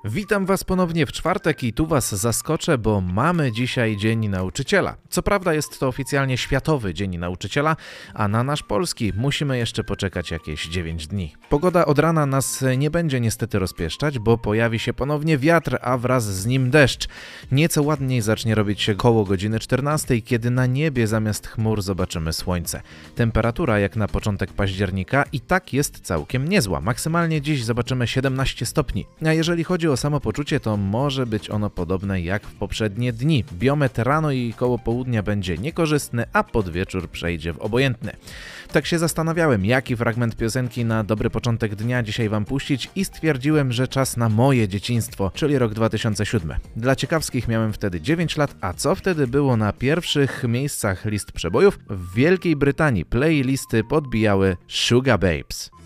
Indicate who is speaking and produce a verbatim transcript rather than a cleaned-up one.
Speaker 1: Witam Was ponownie w czwartek i tu Was zaskoczę, bo mamy dzisiaj Dzień Nauczyciela. Co prawda jest to oficjalnie Światowy Dzień Nauczyciela, a na nasz polski musimy jeszcze poczekać jakieś dziewięć dni. Pogoda od rana nas nie będzie niestety rozpieszczać, bo pojawi się ponownie wiatr, a wraz z nim deszcz. Nieco ładniej zacznie robić się koło godziny czternastej, kiedy na niebie zamiast chmur zobaczymy słońce. Temperatura jak na początek października i tak jest całkiem niezła. Maksymalnie dziś zobaczymy siedemnaście stopni. A jeżeli chodzi o samopoczucie, to może być ono podobne jak w poprzednie dni. Biometr rano i koło południa będzie niekorzystny, a pod wieczór przejdzie w obojętny. Tak się zastanawiałem, jaki fragment piosenki na dobry początek dnia dzisiaj Wam puścić i stwierdziłem, że czas na moje dzieciństwo, czyli rok dwa tysiące siódmy. Dla ciekawskich miałem wtedy dziewięć lat, a co wtedy było na pierwszych miejscach list przebojów? W Wielkiej Brytanii playlisty podbijały Sugababes.